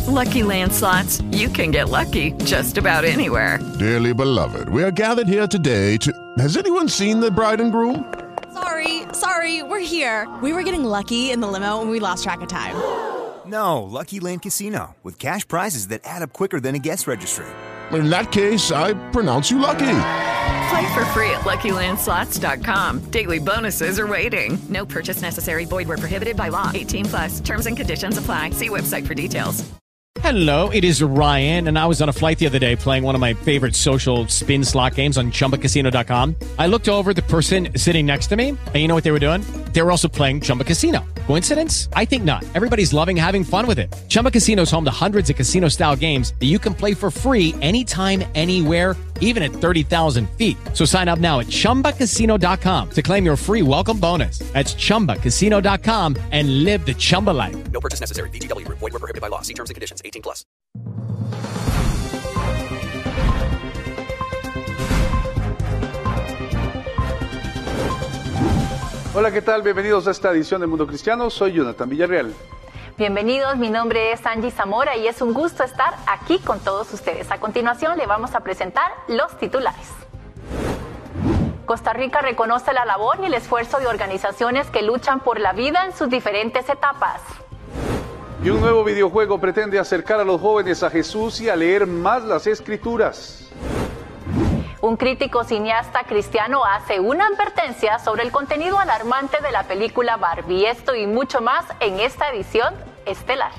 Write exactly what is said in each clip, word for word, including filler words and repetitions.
Lucky Land Slots, you can get lucky just about anywhere. Dearly beloved, we are gathered here today to... Has anyone seen the bride and groom? Sorry, sorry, we're here. We were getting lucky in the limo and we lost track of time. No, Lucky Land Casino, with cash prizes that add up quicker than a guest registry. In that case, I pronounce you lucky. Play for free at Lucky Land Slots dot com. Daily bonuses are waiting. No purchase necessary. Void where prohibited by law. eighteen plus. Terms and conditions apply. See website for details. Hello, it is Ryan, and I was on a flight the other day playing one of my favorite social spin slot games on Chumba Casino dot com. I looked over at the person sitting next to me, and you know what they were doing? They were also playing Chumba Casino. Coincidence? I think not. Everybody's loving having fun with it. Chumba Casino is home to hundreds of casino-style games that you can play for free anytime, anywhere, even at thirty thousand feet. So sign up now at Chumba Casino dot com to claim your free welcome bonus. That's Chumba Casino dot com and live the Chumba life. No purchase necessary. V G W. Void where prohibited by law. See terms and conditions. eighteen plus. Hola, ¿qué tal? Bienvenidos a esta edición de Mundo Cristiano. Soy Jonathan Villarreal. Bienvenidos, mi nombre es Angie Zamora y es un gusto estar aquí con todos ustedes. A continuación le vamos a presentar los titulares. Costa Rica reconoce la labor y el esfuerzo de organizaciones que luchan por la vida en sus diferentes etapas. Y un nuevo videojuego pretende acercar a los jóvenes a Jesús y a leer más las Escrituras. Un crítico cineasta cristiano hace una advertencia sobre el contenido alarmante de la película Barbie. Esto y mucho más en esta edición estelar.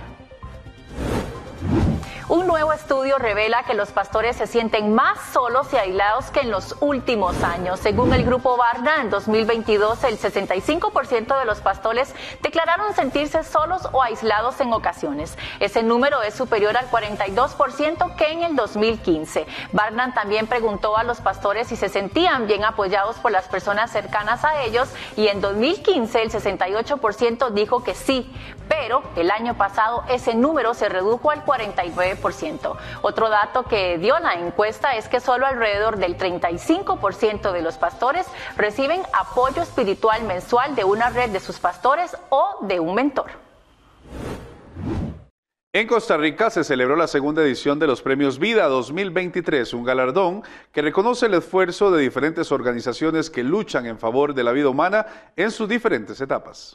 Un nuevo estudio revela que los pastores se sienten más solos y aislados que en los últimos años. Según el grupo Barna, en dos mil veintidós, el sesenta y cinco por ciento de los pastores declararon sentirse solos o aislados en ocasiones. Ese número es superior al cuarenta y dos por ciento que en el dos mil quince. Barna también preguntó a los pastores si se sentían bien apoyados por las personas cercanas a ellos y en dos mil quince el sesenta y ocho por ciento dijo que sí, pero el año pasado ese número se redujo al cuarenta y nueve por ciento. Otro dato que dio la encuesta es que solo alrededor del treinta y cinco por ciento de los pastores reciben apoyo espiritual mensual de una red de sus pastores o de un mentor. En Costa Rica se celebró la segunda edición de los Premios Vida dos mil veintitrés, un galardón que reconoce el esfuerzo de diferentes organizaciones que luchan en favor de la vida humana en sus diferentes etapas.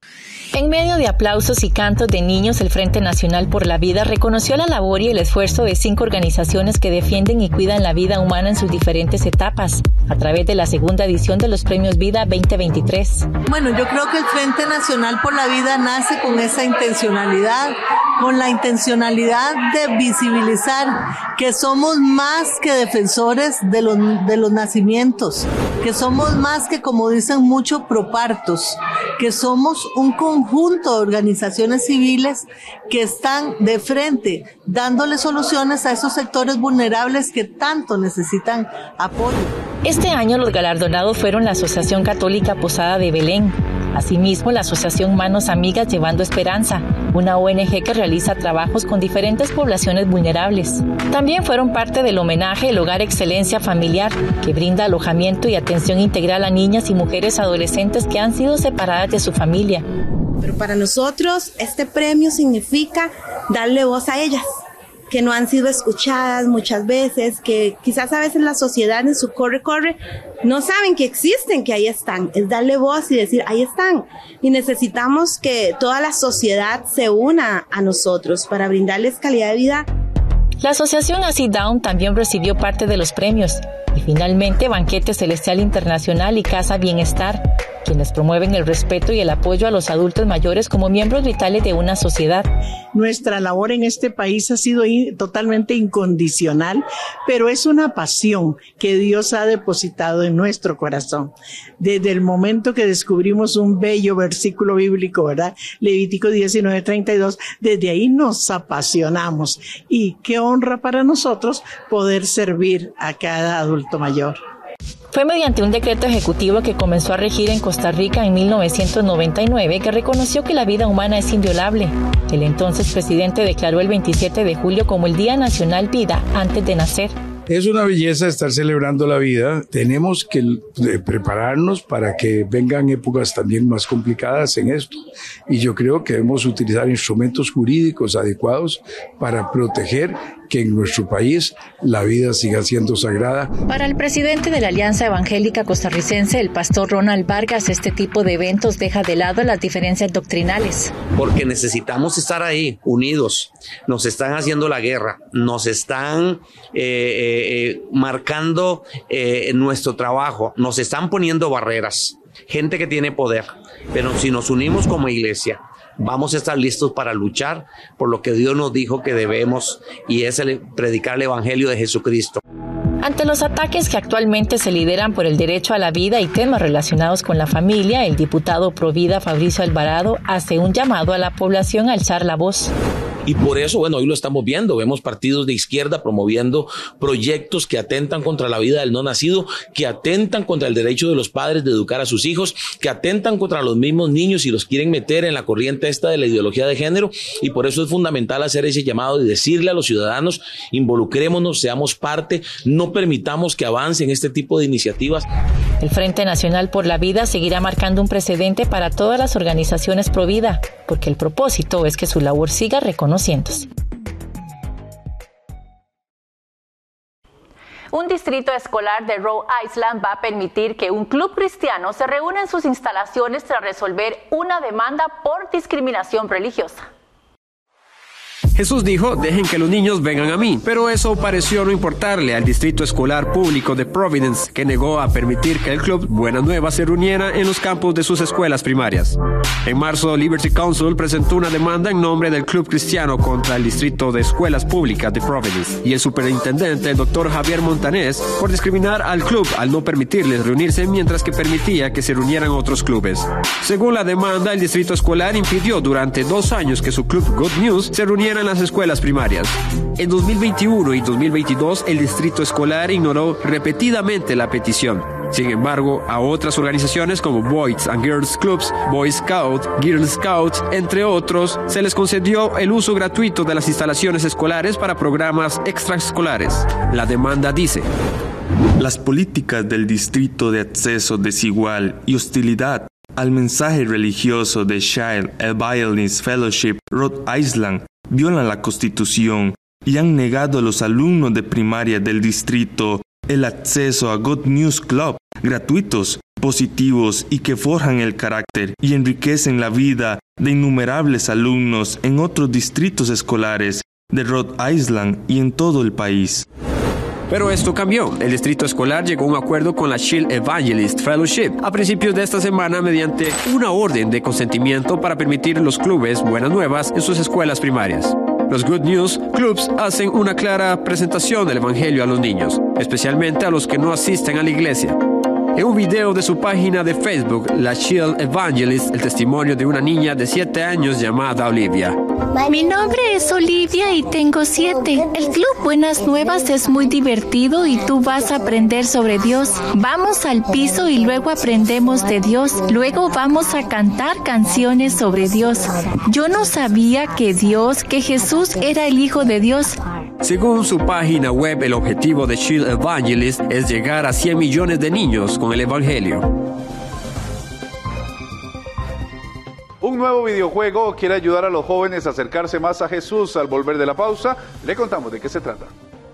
En medio de aplausos y cantos de niños, el Frente Nacional por la Vida reconoció la labor y el esfuerzo de cinco organizaciones que defienden y cuidan la vida humana en sus diferentes etapas, a través de la segunda edición de los Premios Vida veinte veintitrés. Bueno, yo creo que el Frente Nacional por la Vida nace con esa intencionalidad, con la intencionalidad de visibilizar que somos más que defensores de los, de los nacimientos, que somos más que, como dicen mucho, propartos, que somos un conjunto de organizaciones civiles que están de frente dándole soluciones a esos sectores vulnerables que tanto necesitan apoyo. Este año los galardonados fueron la Asociación Católica Posada de Belén, asimismo la Asociación Manos Amigas Llevando Esperanza, una O N G que realiza trabajos con diferentes poblaciones vulnerables. También fueron parte del homenaje el Hogar Excelencia Familiar, que brinda alojamiento y atención integral a niñas y mujeres adolescentes que han sido separadas de su familia. Pero para nosotros este premio significa darle voz a ellas, que no han sido escuchadas muchas veces, que quizás a veces la sociedad en su corre-corre no saben que existen, que ahí están. Es darle voz y decir, ahí están. Y necesitamos que toda la sociedad se una a nosotros para brindarles calidad de vida. La asociación Así Down también recibió parte de los premios. Y finalmente Banquete Celestial Internacional y Casa Bienestar, quienes promueven el respeto y el apoyo a los adultos mayores como miembros vitales de una sociedad. Nuestra labor en este país ha sido in- totalmente incondicional, pero es una pasión que Dios ha depositado en nuestro corazón. Desde el momento que descubrimos un bello versículo bíblico, ¿verdad? Levítico diecinueve treinta y dos, desde ahí nos apasionamos. Y qué honra para nosotros poder servir a cada adulto mayor. Fue mediante un decreto ejecutivo que comenzó a regir en Costa Rica en mil novecientos noventa y nueve que reconoció que la vida humana es inviolable. El entonces presidente declaró el veintisiete de julio como el Día Nacional Vida antes de nacer. Es una belleza estar celebrando la vida. Tenemos que prepararnos para que vengan épocas también más complicadas en esto. Y yo creo que debemos utilizar instrumentos jurídicos adecuados para proteger que en nuestro país la vida siga siendo sagrada. Para el presidente de la Alianza Evangélica Costarricense, el pastor Ronald Vargas, este tipo de eventos deja de lado las diferencias doctrinales. Porque necesitamos estar ahí, unidos. Nos están haciendo la guerra, nos están eh, eh, marcando eh, nuestro trabajo, nos están poniendo barreras. Gente que tiene poder, pero si nos unimos como iglesia, vamos a estar listos para luchar por lo que Dios nos dijo que debemos, y es el predicar el evangelio de Jesucristo. Ante los ataques que actualmente se lideran por el derecho a la vida y temas relacionados con la familia, el diputado Provida Fabricio Alvarado hace un llamado a la población a alzar la voz. Y por eso, bueno, hoy lo estamos viendo, vemos partidos de izquierda promoviendo proyectos que atentan contra la vida del no nacido, que atentan contra el derecho de los padres de educar a sus hijos, que atentan contra los mismos niños y los quieren meter en la corriente esta de la ideología de género, y por eso es fundamental hacer ese llamado y decirle a los ciudadanos, involucrémonos, seamos parte, no permitamos que avancen este tipo de iniciativas. El Frente Nacional por la Vida seguirá marcando un precedente para todas las organizaciones pro vida, porque el propósito es que su labor siga reconociéndose. Un distrito escolar de Rhode Island va a permitir que un club cristiano se reúna en sus instalaciones tras resolver una demanda por discriminación religiosa. Jesús dijo, dejen que los niños vengan a mí, pero eso pareció no importarle al Distrito Escolar Público de Providence, que negó a permitir que el club Buena Nueva se reuniera en los campus de sus escuelas primarias. En marzo, Liberty Counsel presentó una demanda en nombre del club cristiano contra el Distrito de Escuelas Públicas de Providence y el superintendente, el doctor Javier Montanés, por discriminar al club al no permitirles reunirse mientras que permitía que se reunieran otros clubes. Según la demanda, el distrito escolar impidió durante dos años que su club Good News se reuniera en las escuelas primarias. En dos mil veintiuno y dos mil veintidós, el distrito escolar ignoró repetidamente la petición. Sin embargo, a otras organizaciones como Boys and Girls Clubs, Boy Scout, Girl Scout, entre otros, se les concedió el uso gratuito de las instalaciones escolares para programas extraescolares. La demanda dice: las políticas del distrito de acceso desigual y hostilidad al mensaje religioso de Child Evangelist Fellowship Rhode Island violan la Constitución y han negado a los alumnos de primaria del distrito el acceso a Good News Club, gratuitos, positivos y que forjan el carácter y enriquecen la vida de innumerables alumnos en otros distritos escolares de Rhode Island y en todo el país. Pero esto cambió. El distrito escolar llegó a un acuerdo con la Child Evangelist Fellowship a principios de esta semana mediante una orden de consentimiento para permitir los clubes Buenas Nuevas en sus escuelas primarias. Los Good News Clubs hacen una clara presentación del evangelio a los niños, especialmente a los que no asisten a la iglesia. En un video de su página de Facebook, la Child Evangelist, el testimonio de una niña de siete años llamada Olivia. Mi nombre es Olivia y tengo siete. El Club Buenas Nuevas es muy divertido y tú vas a aprender sobre Dios. Vamos al piso y luego aprendemos de Dios. Luego vamos a cantar canciones sobre Dios. Yo no sabía que Dios, que Jesús era el Hijo de Dios. Según su página web, el objetivo de Child Evangelist es llegar a cien millones de niños con el evangelio. Un nuevo videojuego quiere ayudar a los jóvenes a acercarse más a Jesús. Al volver de la pausa, le contamos de qué se trata.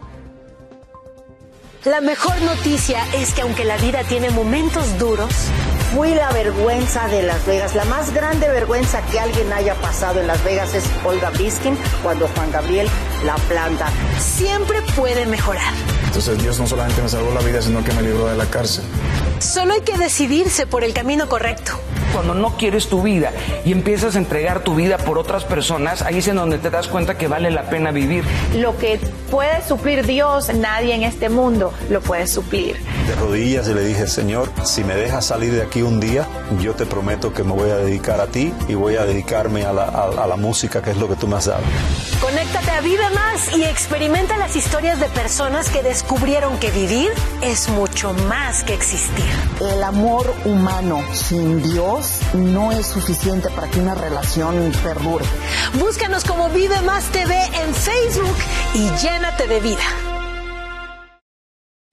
La mejor noticia es que aunque la vida tiene momentos duros, fui la vergüenza de Las Vegas. La más grande vergüenza que alguien haya pasado en Las Vegas es Olga Briskin cuando Juan Gabriel la planta. Siempre puede mejorar. Entonces Dios no solamente me salvó la vida, sino que me libró de la cárcel. Solo hay que decidirse por el camino correcto. Cuando no quieres tu vida y empiezas a entregar tu vida por otras personas, ahí es en donde te das cuenta que vale la pena vivir. Lo que puede suplir Dios, nadie en este mundo lo puede suplir. De rodillas y le dije: Señor, si me dejas salir de aquí un día, yo te prometo que me voy a dedicar a ti y voy a dedicarme a la, a, a la música, que es lo que tú me has dado. Conéctate a Vive Más y experimenta las historias de personas que descubrieron que vivir es mucho más que existir. El amor humano sin Dios no es suficiente para que una relación perdure. Búscanos como Vive Más T V en Facebook y llénate de vida.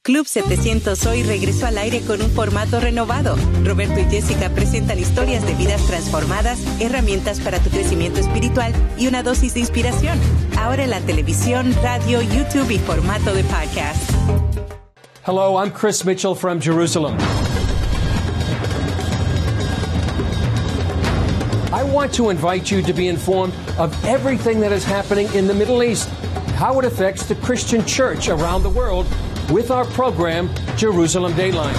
Club setecientos Hoy regresó al aire con un formato renovado. Roberto y Jessica presentan historias de vidas transformadas, herramientas para tu crecimiento espiritual y una dosis de inspiración. Ahora en la televisión, radio, YouTube y formato de podcast. Hello, I'm Chris Mitchell from Jerusalem. I want to invite you to be informed of everything that is happening in the Middle East, how it affects the Christian church around the world, with our program, Jerusalem Dateline.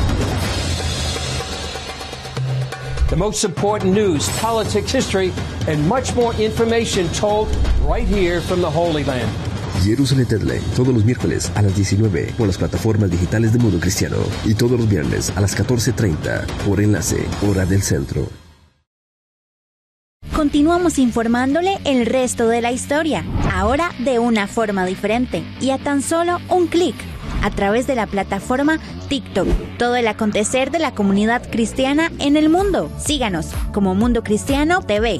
The most important news, politics, history, and much more information told right here from the Holy Land. Jerusalem Deadline, todos los miércoles a las diecinueve por las plataformas digitales de Mundo Cristiano y todos los viernes a las catorce treinta por Enlace, hora del centro. Continuamos informándole el resto de la historia, ahora de una forma diferente y a tan solo un clic, a través de la plataforma TikTok. Todo el acontecer de la comunidad cristiana en el mundo. Síganos como Mundo Cristiano T V.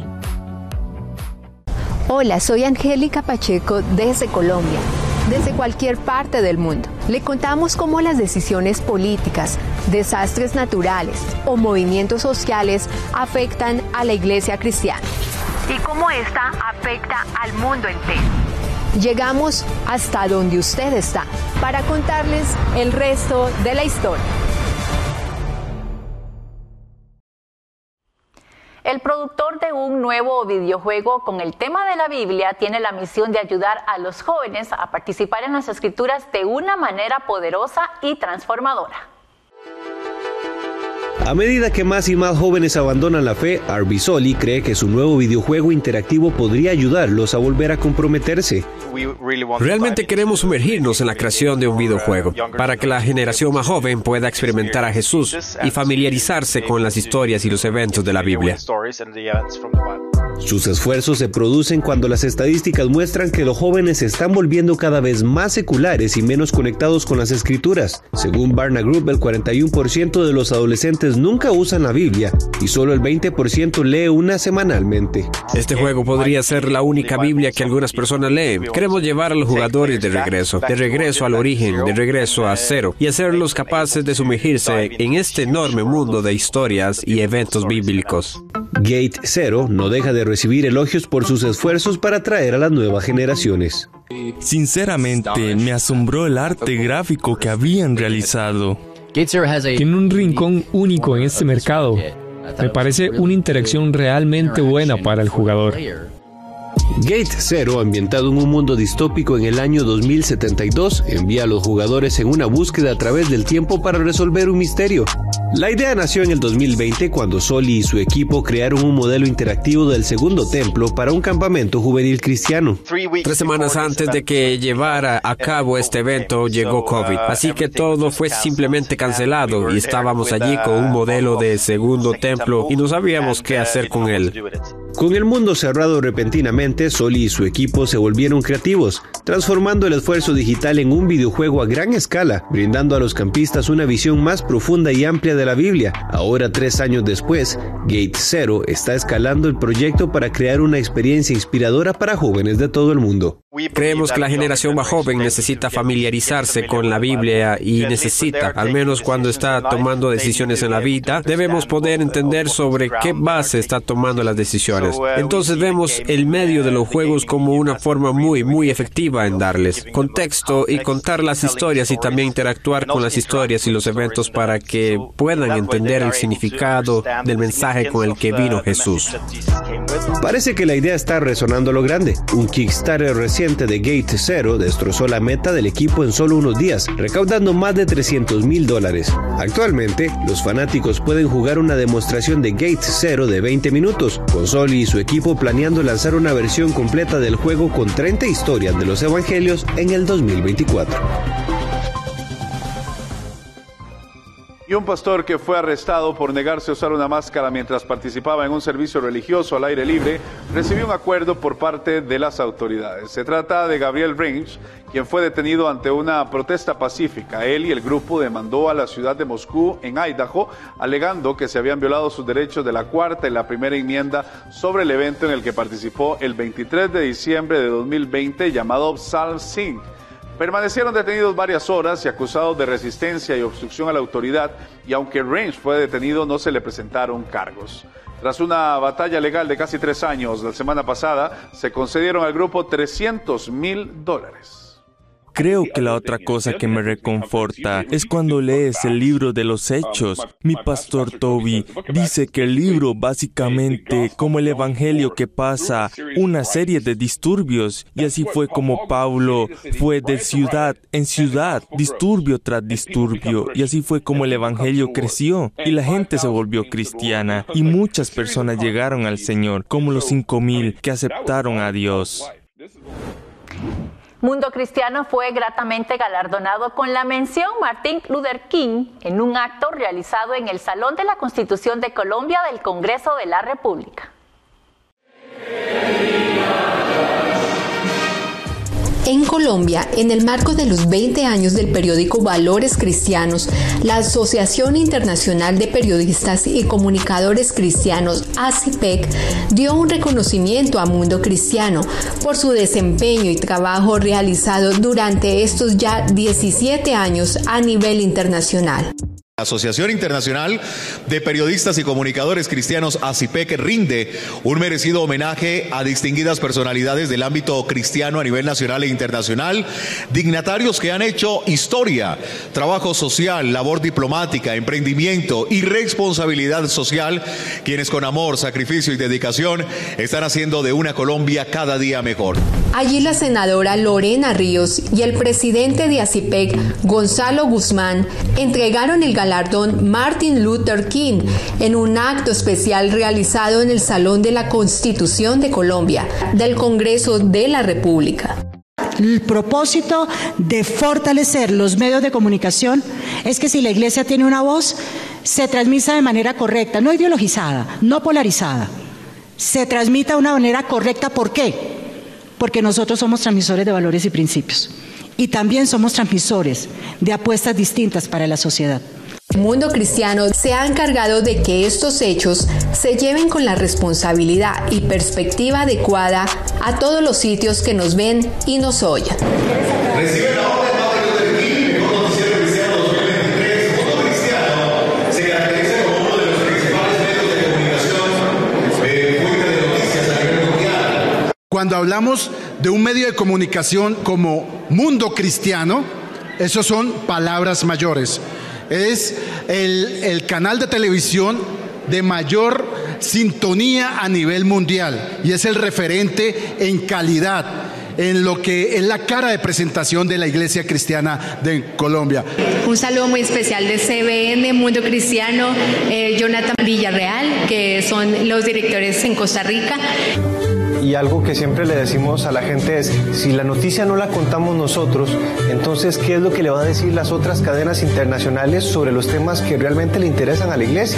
Hola, soy Angélica Pacheco desde Colombia. Desde cualquier parte del mundo, le contamos cómo las decisiones políticas, desastres naturales o movimientos sociales afectan a la iglesia cristiana. Y cómo esta afecta al mundo entero. Llegamos hasta donde usted está para contarles el resto de la historia. El productor de un nuevo videojuego con el tema de la Biblia tiene la misión de ayudar a los jóvenes a participar en las Escrituras de una manera poderosa y transformadora. A medida que más y más jóvenes abandonan la fe, Arbisoli cree que su nuevo videojuego interactivo podría ayudarlos a volver a comprometerse. Realmente queremos sumergirnos en la creación de un videojuego para que la generación más joven pueda experimentar a Jesús y familiarizarse con las historias y los eventos de la Biblia. Sus esfuerzos se producen cuando las estadísticas muestran que los jóvenes se están volviendo cada vez más seculares y menos conectados con las Escrituras. Según Barna Group, el cuarenta y uno por ciento de los adolescentes nunca usan la Biblia y solo el veinte por ciento lee una semanalmente. Este juego podría ser la única Biblia que algunas personas leen. Queremos llevar a los jugadores de regreso, de regreso al origen, de regreso a cero, y hacerlos capaces de sumergirse en este enorme mundo de historias y eventos bíblicos. Gate Zero no deja de recibir elogios por sus esfuerzos para atraer a las nuevas generaciones. Sinceramente, me asombró el arte gráfico que habían realizado. Tiene un rincón único en este mercado. Me parece una interacción realmente buena para el jugador. Gate Zero, ambientado en un mundo distópico en el año dos mil setenta y dos, envía a los jugadores en una búsqueda a través del tiempo para resolver un misterio. La idea nació en el dos mil veinte cuando Soli y su equipo crearon un modelo interactivo del segundo templo para un campamento juvenil cristiano. Tres semanas antes de que llevara a cabo este evento llegó COVID, así que todo fue simplemente cancelado y estábamos allí con un modelo de segundo templo y no sabíamos qué hacer con él. Con el mundo cerrado repentinamente, Soli y su equipo se volvieron creativos, transformando el esfuerzo digital en un videojuego a gran escala, brindando a los campistas una visión más profunda y amplia de la Biblia. Ahora, tres años después, Gate Zero está escalando el proyecto para crear una experiencia inspiradora para jóvenes de todo el mundo. Creemos que la generación más joven necesita familiarizarse con la Biblia y necesita, al menos cuando está tomando decisiones en la vida, debemos poder entender sobre qué base está tomando las decisiones. Entonces vemos el medio de los juegos como una forma muy, muy efectiva en darles contexto y contar las historias y también interactuar con las historias y los eventos para que puedan entender el significado del mensaje con el que vino Jesús. Parece que la idea está resonando a lo grande. Un Kickstarter reciente de Gate Zero destrozó la meta del equipo en solo unos días, recaudando más de trescientos mil dólares. Actualmente, los fanáticos pueden jugar una demostración de Gate Zero de veinte minutos, con Soli y su equipo planeando lanzar una versión completa del juego con treinta historias de los evangelios en el dos mil veinticuatro. Y un pastor que fue arrestado por negarse a usar una máscara mientras participaba en un servicio religioso al aire libre recibió un acuerdo por parte de las autoridades. Se trata de Gabriel Rinch, quien fue detenido ante una protesta pacífica. Él y el grupo demandó a la ciudad de Moscú, en Idaho, alegando que se habían violado sus derechos de la cuarta y la primera enmienda sobre el evento en el que participó el veintitrés de diciembre de dos mil veinte llamado Psalm Sing. Permanecieron detenidos varias horas y acusados de resistencia y obstrucción a la autoridad, y aunque Range fue detenido, no se le presentaron cargos. Tras una batalla legal de casi tres años, la semana pasada, se concedieron al grupo trescientos mil dólares. Creo que la otra cosa que me reconforta es cuando lees el libro de los Hechos. Mi pastor Toby dice que el libro básicamente, como el evangelio que pasa una serie de disturbios, y así fue como Pablo fue de ciudad en ciudad, disturbio tras disturbio, y así fue como el evangelio creció y la gente se volvió cristiana y muchas personas llegaron al Señor, como los cinco mil que aceptaron a Dios. Mundo Cristiano fue gratamente galardonado con la mención Martin Luther King en un acto realizado en el Salón de la Constitución de Colombia del Congreso de la República. En Colombia, en el marco de los veinte años del periódico Valores Cristianos, la Asociación Internacional de Periodistas y Comunicadores Cristianos, ASIPEC, dio un reconocimiento a Mundo Cristiano por su desempeño y trabajo realizado durante estos ya diecisiete años a nivel internacional. La Asociación Internacional de Periodistas y Comunicadores Cristianos, ASIPEC, rinde un merecido homenaje a distinguidas personalidades del ámbito cristiano a nivel nacional e internacional, dignatarios que han hecho historia, trabajo social, labor diplomática, emprendimiento y responsabilidad social, quienes con amor, sacrificio y dedicación están haciendo de una Colombia cada día mejor. Allí la senadora Lorena Ríos y el presidente de ASIPEC, Gonzalo Guzmán, entregaron el galardón Martin Luther King en un acto especial realizado en el Salón de la Constitución de Colombia del Congreso de la República. El propósito de fortalecer los medios de comunicación es que si la Iglesia tiene una voz, se transmita de manera correcta, no ideologizada, no polarizada, se transmita de una manera correcta. ¿Por qué? Porque nosotros somos transmisores de valores y principios y también somos transmisores de apuestas distintas para la sociedad. Mundo Cristiano se ha encargado de que estos hechos se lleven con la responsabilidad y perspectiva adecuada a todos los sitios que nos ven y nos oyen. Recibe la orden Martin Luther King, mejor noticiero cristiano dos mil veintitrés. Mundo Cristiano se caracteriza como uno de los principales medios de comunicación, eh, fuente de noticias a nivel mundial. Cuando hablamos de un medio de comunicación como Mundo Cristiano, esos son palabras mayores. Es el, el canal de televisión de mayor sintonía a nivel mundial y es el referente en calidad en lo que es la cara de presentación de la Iglesia Cristiana de Colombia. Un saludo muy especial de C B N, Mundo Cristiano, eh, Jonathan Villarreal, que son los directores en Costa Rica. Y algo que siempre le decimos a la gente es, si la noticia no la contamos nosotros, entonces, ¿qué es lo que le van a decir las otras cadenas internacionales sobre los temas que realmente le interesan a la Iglesia?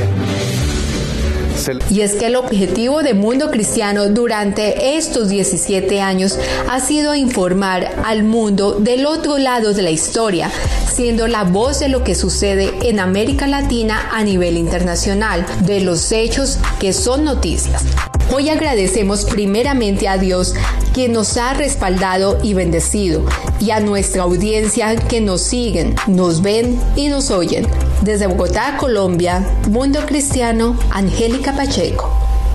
Y es que el objetivo de Mundo Cristiano durante estos diecisiete años ha sido informar al mundo del otro lado de la historia, siendo la voz de lo que sucede en América Latina a nivel internacional, de los hechos que son noticias. Hoy agradecemos primeramente a Dios, quien nos ha respaldado y bendecido, y a nuestra audiencia que nos siguen, nos ven y nos oyen. Desde Bogotá, Colombia, Mundo Cristiano, Angélica Pacheco.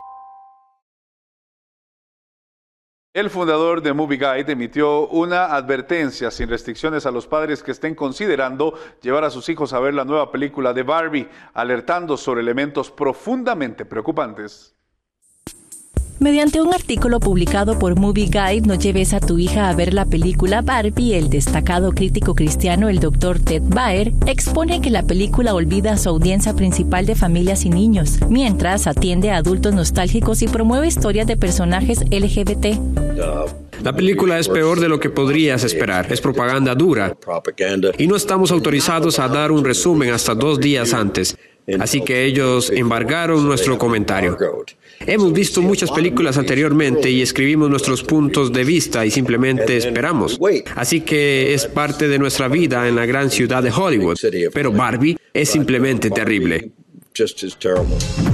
El fundador de Movie Guide emitió una advertencia sin restricciones a los padres que estén considerando llevar a sus hijos a ver la nueva película de Barbie, alertando sobre elementos profundamente preocupantes. Mediante un artículo publicado por Movie Guide, no lleves a tu hija a ver la película Barbie. El destacado crítico cristiano, el doctor Ted Baer, expone que la película olvida a su audiencia principal de familias y niños, mientras atiende a adultos nostálgicos y promueve historias de personajes L G B T. La película es peor de lo que podrías esperar. Es propaganda dura. Y no estamos autorizados a dar un resumen hasta dos días antes. Así que ellos embargaron nuestro comentario. Hemos visto muchas películas anteriormente y escribimos nuestros puntos de vista y simplemente esperamos. Así que es parte de nuestra vida en la gran ciudad de Hollywood. Pero Barbie es simplemente terrible.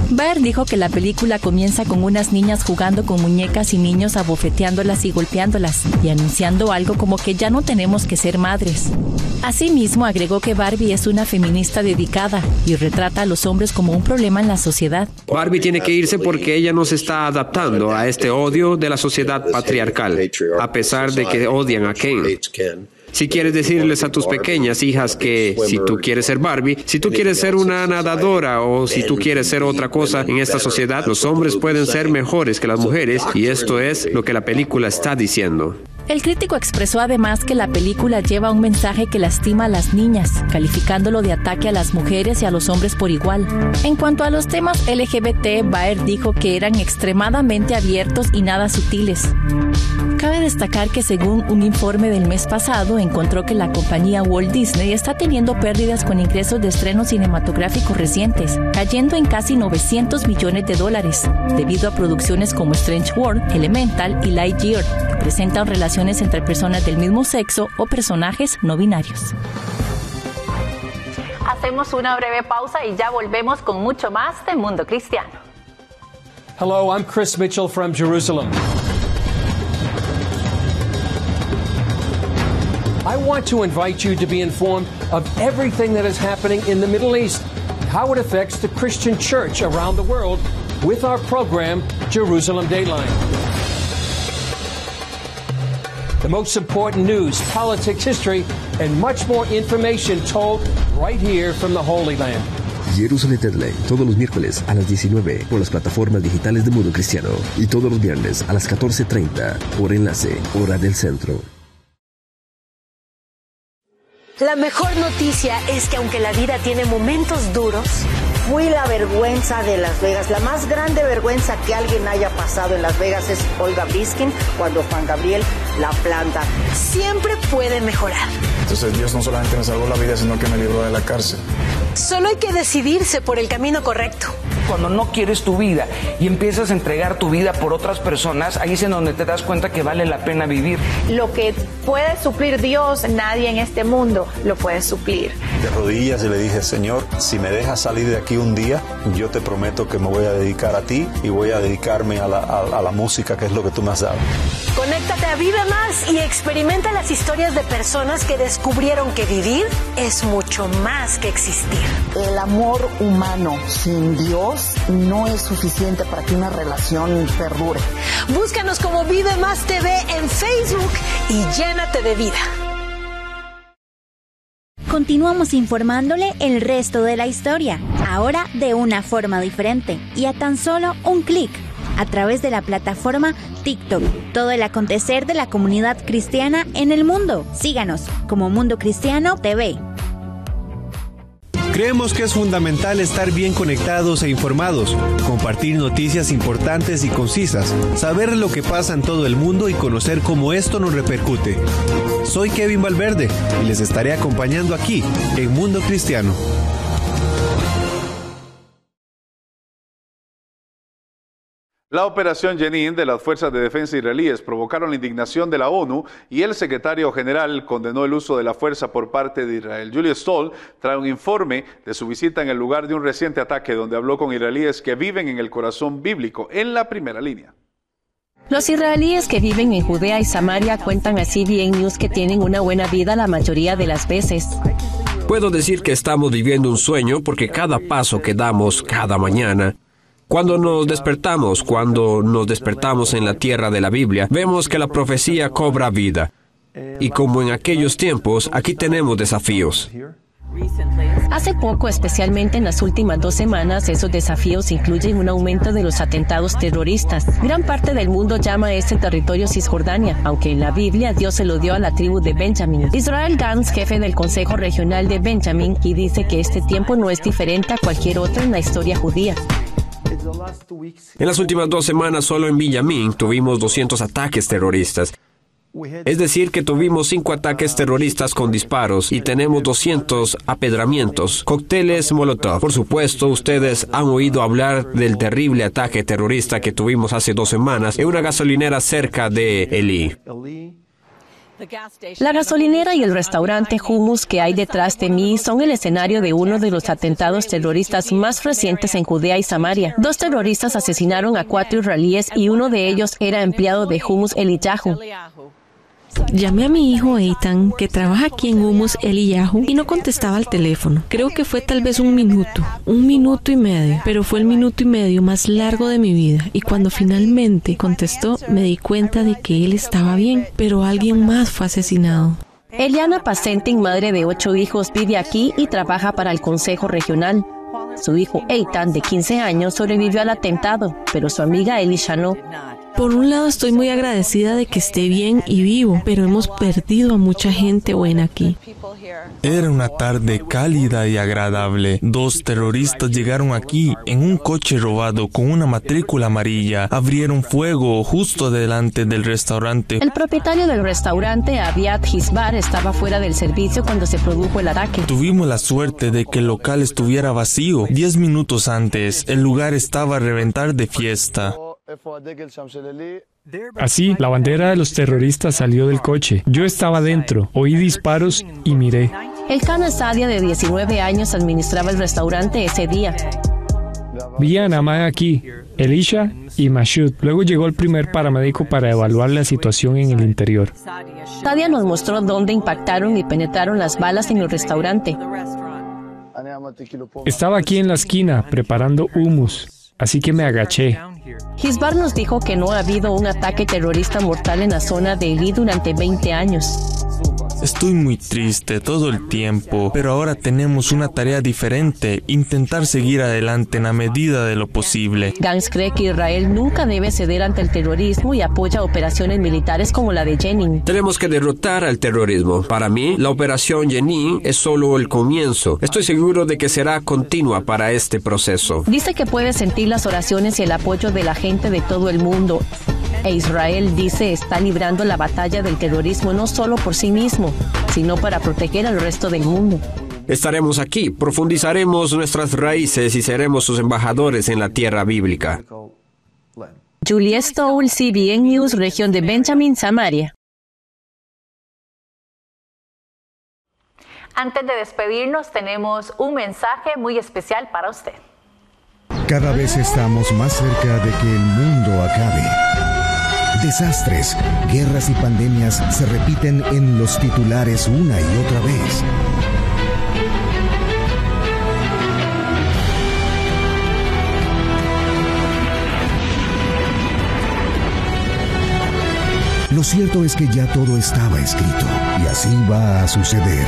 Baer dijo que la película comienza con unas niñas jugando con muñecas y niños abofeteándolas y golpeándolas, y anunciando algo como que ya no tenemos que ser madres. Asimismo, agregó que Barbie es una feminista dedicada y retrata a los hombres como un problema en la sociedad. Barbie tiene que irse porque ella no se está adaptando a este odio de la sociedad patriarcal, a pesar de que odian a Ken. Si quieres decirles a tus pequeñas hijas que si tú quieres ser Barbie, si tú quieres ser una nadadora o si tú quieres ser otra cosa en esta sociedad, los hombres pueden ser mejores que las mujeres, y esto es lo que la película está diciendo. El crítico expresó además que la película lleva un mensaje que lastima a las niñas, calificándolo de ataque a las mujeres y a los hombres por igual. En cuanto a los temas L G B T, Baer dijo que eran extremadamente abiertos y nada sutiles. Cabe destacar que según un informe del mes pasado, encontró que la compañía Walt Disney está teniendo pérdidas con ingresos de estrenos cinematográficos recientes, cayendo en casi novecientos millones de dólares, debido a producciones como Strange World, Elemental y Lightyear, que presentan relaciones entre personas del mismo sexo o personajes no binarios. Hacemos una breve pausa y ya volvemos con mucho más de Mundo Cristiano. Hello, I'm Chris Mitchell from Jerusalem. I want to invite you to be informed of everything that is happening in the Middle East, how it affects the Christian church around the world with our program, Jerusalem Dateline. The most important news, politics, history, and much more information told right here from the Holy Land. Jerusalem Dateline, todos los miércoles a las diecinueve por las plataformas digitales de Mundo Cristiano y todos los viernes a las catorce treinta por enlace, hora del centro. La mejor noticia es que aunque la vida tiene momentos duros, fui la vergüenza de Las Vegas. La más grande vergüenza que alguien haya pasado en Las Vegas es Olga Briskin cuando Juan Gabriel la planta. Siempre puede mejorar. Entonces Dios no solamente me salvó la vida, sino que me libró de la cárcel. Solo hay que decidirse por el camino correcto. Cuando no quieres tu vida y empiezas a entregar tu vida por otras personas, ahí es en donde te das cuenta que vale la pena vivir. Lo que puede suplir Dios, nadie en este mundo lo puede suplir. De rodillas y le dije, Señor, si me dejas salir de aquí un día, yo te prometo que me voy a dedicar a ti y voy a dedicarme a la, a, a la música, que es lo que tú me has dado. Conéctate a Vive Más y experimenta las historias de personas que descubrieron que vivir es mucho más que existir. El amor humano sin Dios no es suficiente para que una relación perdure. Búscanos como Vive Más T V en Facebook y llénate de vida. Continuamos informándole el resto de la historia, ahora de una forma diferente y a tan solo un clic, a través de la plataforma TikTok. Todo el acontecer de la comunidad cristiana en el mundo. Síganos como Mundo Cristiano T V. Creemos que es fundamental estar bien conectados e informados, compartir noticias importantes y concisas, saber lo que pasa en todo el mundo y conocer cómo esto nos repercute. Soy Kevin Valverde y les estaré acompañando aquí en Mundo Cristiano. La operación Jenin de las Fuerzas de Defensa israelíes provocaron la indignación de la ONU y el secretario general condenó el uso de la fuerza por parte de Israel. Julia Stoll trae un informe de su visita en el lugar de un reciente ataque donde habló con israelíes que viven en el corazón bíblico, en la primera línea. Los israelíes que viven en Judea y Samaria cuentan a C B N News que tienen una buena vida la mayoría de las veces. Puedo decir que estamos viviendo un sueño porque cada paso que damos cada mañana, cuando nos despertamos, cuando nos despertamos en la tierra de la Biblia, vemos que la profecía cobra vida. Y como en aquellos tiempos, aquí tenemos desafíos. Hace poco, especialmente en las últimas dos semanas, esos desafíos incluyen un aumento de los atentados terroristas. Gran parte del mundo llama a este territorio Cisjordania, aunque en la Biblia Dios se lo dio a la tribu de Benjamín. Israel Gantz, jefe del Consejo Regional de Benjamín, y dice que este tiempo no es diferente a cualquier otro en la historia judía. En las últimas dos semanas, solo en Benjamín, tuvimos doscientos ataques terroristas. Es decir, que tuvimos cinco ataques terroristas con disparos y tenemos doscientos apedramientos, cócteles Molotov. Por supuesto, ustedes han oído hablar del terrible ataque terrorista que tuvimos hace dos semanas en una gasolinera cerca de Elí. La gasolinera y el restaurante Hummus que hay detrás de mí son el escenario de uno de los atentados terroristas más recientes en Judea y Samaria. Dos terroristas asesinaron a cuatro israelíes y uno de ellos era empleado de Hummus Eliyahu. Llamé a mi hijo Eitan, que trabaja aquí en Hummus Eliyahu, y no contestaba al teléfono. Creo que fue tal vez un minuto, un minuto y medio, pero fue el minuto y medio más largo de mi vida. Y cuando finalmente contestó, me di cuenta de que él estaba bien, pero alguien más fue asesinado. Eliana Pacentin, madre de ocho hijos, vive aquí y trabaja para el Consejo Regional. Su hijo Eitan, de quince años, sobrevivió al atentado, pero su amiga Elisha no. Por un lado estoy muy agradecida de que esté bien y vivo, pero hemos perdido a mucha gente buena aquí. Era una tarde cálida y agradable. Dos terroristas llegaron aquí en un coche robado con una matrícula amarilla. Abrieron fuego justo delante del restaurante. El propietario del restaurante, Aviad Hisbar, estaba fuera del servicio cuando se produjo el ataque. Tuvimos la suerte de que el local estuviera vacío. Diez minutos antes, el lugar estaba a reventar de fiesta. Así, la bandera de los terroristas salió del coche. Yo estaba dentro, oí disparos y miré. El Kana Sadia, de diecinueve años, administraba el restaurante ese día. Vi a Namá aquí, Elisha y Mashud. Luego llegó el primer paramédico para evaluar la situación en el interior. Sadia nos mostró dónde impactaron y penetraron las balas en el restaurante. Estaba aquí en la esquina, preparando hummus, así que me agaché. Hisbar nos dijo que no ha habido un ataque terrorista mortal en la zona de Eli durante veinte años. Estoy muy triste todo el tiempo, pero ahora tenemos una tarea diferente, intentar seguir adelante en la medida de lo posible. Gantz cree que Israel nunca debe ceder ante el terrorismo y apoya operaciones militares como la de Jenin. Tenemos que derrotar al terrorismo. Para mí, la operación Jenin es solo el comienzo. Estoy seguro de que será continua para este proceso. Dice que puede sentir las oraciones y el apoyo de la gente de todo el mundo. E Israel, dice, está librando la batalla del terrorismo no solo por sí mismo, sino para proteger al resto del mundo. Estaremos aquí, profundizaremos nuestras raíces y seremos sus embajadores en la tierra bíblica. Julie Stoll, C B N News, región de Benjamin, Samaria. Antes de despedirnos, tenemos un mensaje muy especial para usted. Cada vez estamos más cerca de que el mundo acabe. Desastres, guerras y pandemias se repiten en los titulares una y otra vez. Lo cierto es que ya todo estaba escrito y así va a suceder.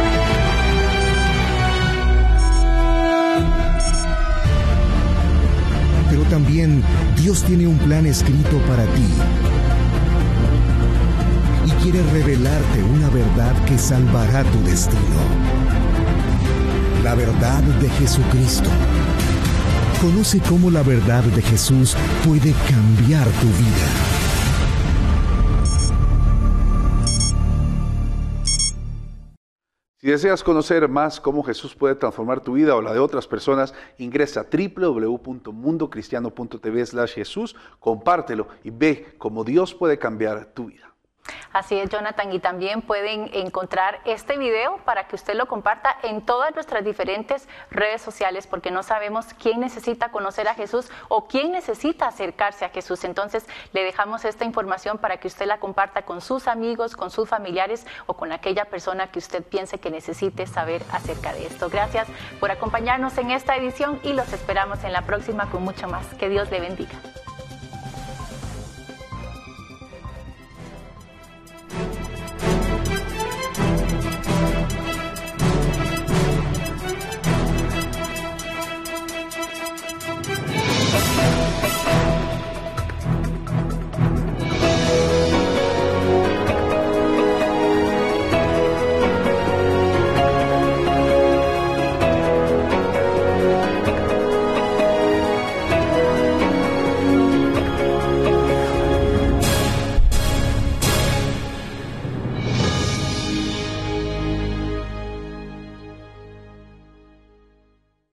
Pero también Dios tiene un plan escrito para ti y quiere revelarte una verdad que salvará tu destino. La verdad de Jesucristo. Conoce cómo la verdad de Jesús puede cambiar tu vida. Si deseas conocer más cómo Jesús puede transformar tu vida o la de otras personas, ingresa a doble u doble u doble u punto mundo cristiano punto t v slash Jesús, compártelo y ve cómo Dios puede cambiar tu vida. Así es, Jonathan, y también pueden encontrar este video para que usted lo comparta en todas nuestras diferentes redes sociales, porque no sabemos quién necesita conocer a Jesús o quién necesita acercarse a Jesús. Entonces, le dejamos esta información para que usted la comparta con sus amigos, con sus familiares o con aquella persona que usted piense que necesite saber acerca de esto. Gracias por acompañarnos en esta edición y los esperamos en la próxima con mucho más. Que Dios le bendiga.